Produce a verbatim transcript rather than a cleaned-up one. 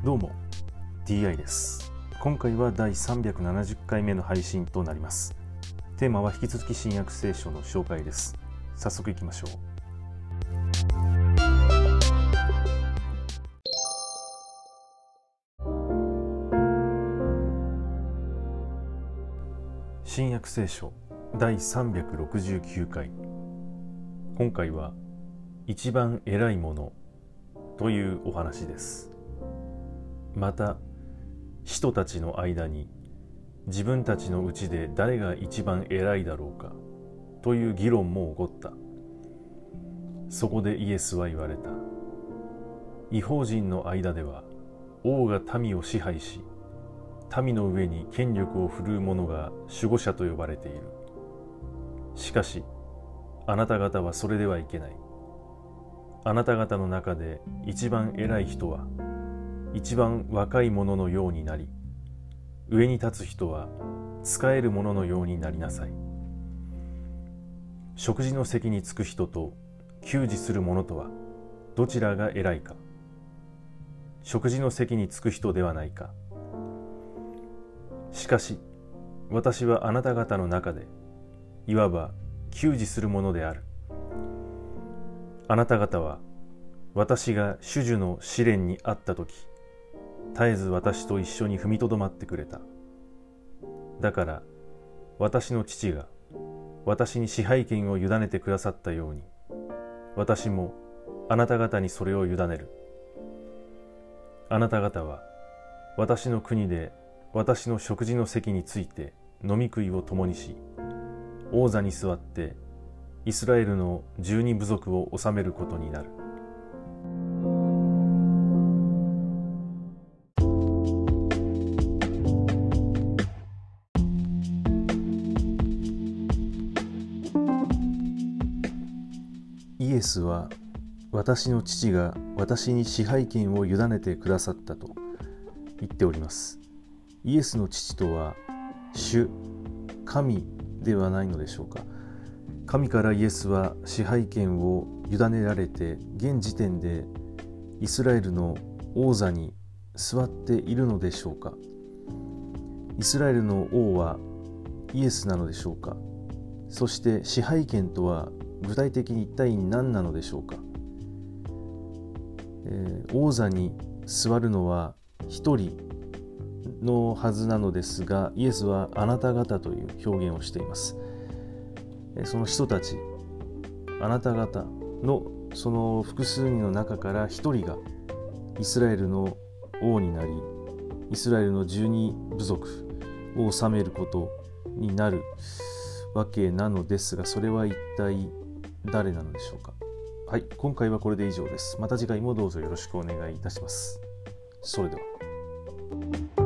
どうも ティーアイ です。今回はだいさんびゃくななじゅっかいめの配信となります。テーマは引き続き新約聖書の紹介です。早速いきましょう。新約聖書だいさんびゃくろくじゅうきゅうかい。今回は一番偉いものというお話です。また使徒たちの間に自分たちのうちで誰が一番偉いだろうかという議論も起こった。そこでイエスは言われた。異邦人の間では王が民を支配し、民の上に権力を振るう者が守護者と呼ばれている。しかしあなた方はそれではいけない。あなた方の中で一番偉い人は一番若い者のようになり、上に立つ人は仕える者のようになりなさい。食事の席に着く人と給仕する者とはどちらが偉いか。食事の席に着く人ではないか。しかし私はあなた方の中でいわば給仕する者である。あなた方は私が主樹の試練にあったとき、絶えず私と一緒に踏みとどまってくれた。だから私の父が私に支配権を委ねてくださったように、私もあなた方にそれを委ねる。あなた方は私の国で私の食事の席について飲み食いを共にし、王座に座ってイスラエルの十二部族を治めることになる。イエスは私の父が私に支配権を委ねてくださったと言っております。イエスの父とは主、神ではないのでしょうか。神からイエスは支配権を委ねられて、現時点でイスラエルの王座に座っているのでしょうか。イスラエルの王はイエスなのでしょうか。そして支配権とは具体的に一体何なのでしょうか。えー、王座に座るのは一人のはずなのですが、イエスはあなた方という表現をしています。その人たち、あなた方のその複数人の中から一人がイスラエルの王になり、イスラエルの十二部族を治めることになるわけなのですが、それは一体誰なのでしょうか。はい、今回はこれで以上です。また次回もどうぞよろしくお願いいたします。それでは。